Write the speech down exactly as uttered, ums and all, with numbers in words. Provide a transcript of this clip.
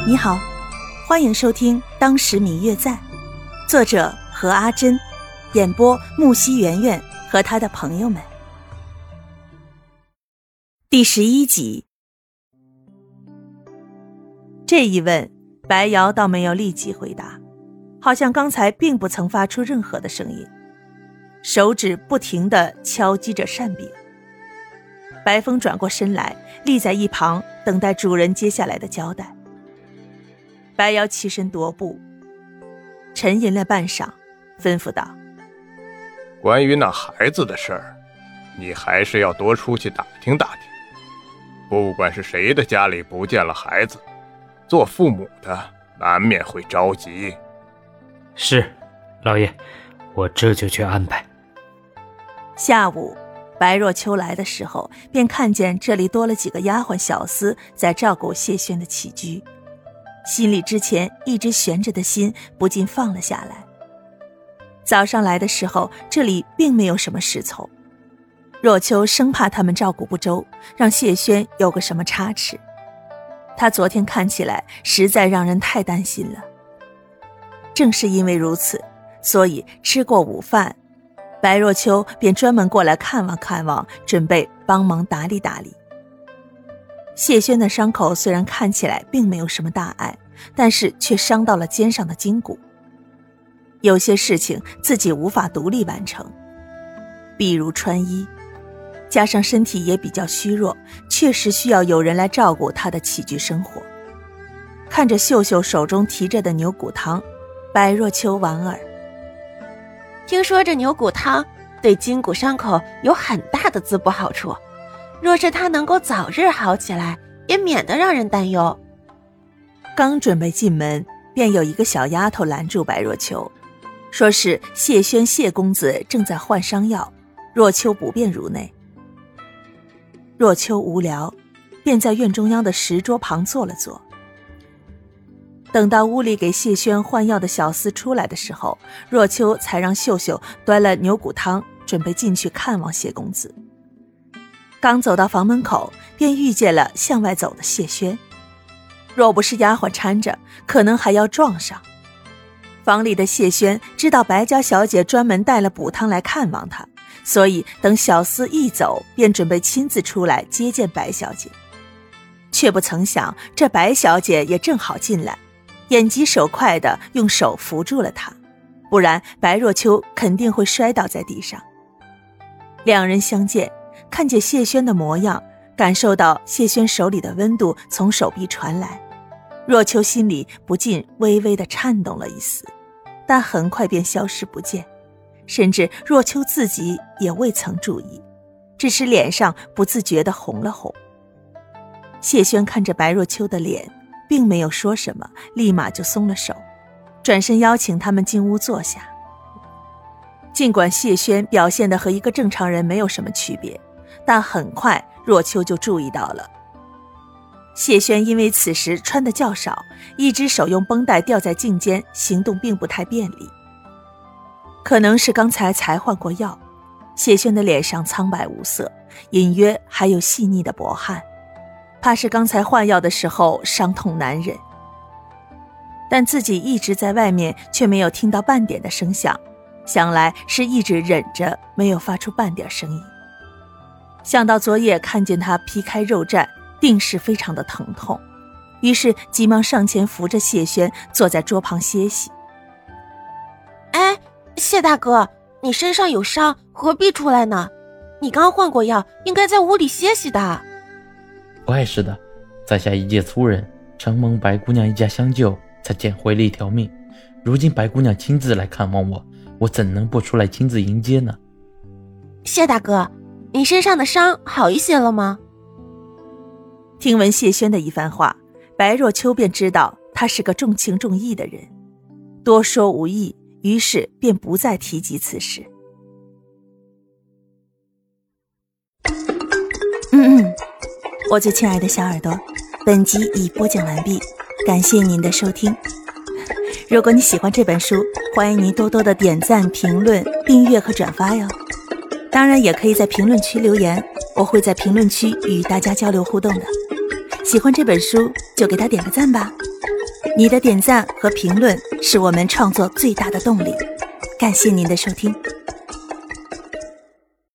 你好，欢迎收听《当时明月在》，作者何阿珍，演播木西圆圆和他的朋友们。第十一集。这一问，白瑶倒没有立即回答，好像刚才并不曾发出任何的声音，手指不停地敲击着扇柄。白风转过身来，立在一旁等待主人接下来的交代。白瑶起身踱步，沉吟了半晌，吩咐道： 关于那孩子的事儿，你还是要多出去打听打听。不管是谁的家里不见了孩子，做父母的难免会着急。 是，老爷，我这就去安排。 下午白若秋来的时候，便看见这里多了几个丫鬟小厮在照顾谢轩的起居，心里之前一直悬着的心不禁放了下来。早上来的时候，这里并没有什么侍从，若秋生怕他们照顾不周，让谢轩有个什么差池。他昨天看起来实在让人太担心了。正是因为如此，所以吃过午饭，白若秋便专门过来看望看望，准备帮忙打理打理。谢轩的伤口虽然看起来并没有什么大碍，但是却伤到了肩上的筋骨。有些事情自己无法独立完成，比如穿衣，加上身体也比较虚弱，确实需要有人来照顾他的起居生活。看着秀秀手中提着的牛骨汤，白若秋莞尔。 听说这牛骨汤对筋骨伤口有很大的滋补好处，若是它能够早日好起来，也免得让人担忧。 刚准备进门，便有一个小丫头拦住白若秋，说是谢轩谢公子正在换伤药，若秋不便入内。若秋无聊，便在院中央的石桌旁坐了坐。等到屋里给谢轩换药的小厮出来的时候，若秋才让秀秀端了牛骨汤，准备进去看望谢公子。刚走到房门口，便遇见了向外走的谢轩。若不是丫鬟搀着，可能还要撞上。房里的谢轩知道白家小姐专门带了补汤来看望他，所以等小厮一走，便准备亲自出来接见白小姐。却不曾想，这白小姐也正好进来，眼疾手快地用手扶住了她，不然白若秋肯定会摔倒在地上。两人相见，看见谢轩的模样，感受到谢轩手里的温度从手臂传来，若秋心里不禁微微地颤动了一丝，但很快便消失不见，甚至若秋自己也未曾注意，只是脸上不自觉地红了红。谢轩看着白若秋的脸，并没有说什么，立马就松了手，转身邀请他们进屋坐下。尽管谢轩表现得和一个正常人没有什么区别，但很快若秋就注意到了。谢轩因为此时穿得较少，一只手用绷带吊在颈间，行动并不太便利。可能是刚才才换过药，谢轩的脸上苍白无色，隐约还有细腻的薄汗，怕是刚才换药的时候伤痛难忍。但自己一直在外面，却没有听到半点的声响，想来是一直忍着，没有发出半点声音。想到昨夜看见他劈开肉绽，定是非常的疼痛，于是急忙上前扶着谢轩坐在桌旁歇息。 哎，谢大哥，你身上有伤，何必出来呢？你刚换过药，应该在屋里歇息的。 怪是的，在下一介粗人，承蒙白姑娘一家相救，才捡回了一条命。如今白姑娘亲自来看望我，我怎能不出来亲自迎接呢？ 谢大哥，你身上的伤好一些了吗？ 听闻谢轩的一番话，白若秋便知道他是个重情重义的人，多说无益，于是便不再提及此事。嗯嗯，我最亲爱的小耳朵，本集已播讲完毕，感谢您的收听。如果你喜欢这本书，欢迎您多多的点赞、评论、订阅和转发哟。当然也可以在评论区留言，我会在评论区与大家交流互动的。 喜欢这本书就给它点个赞吧，你的点赞和评论是我们创作最大的动力。感谢您的收听。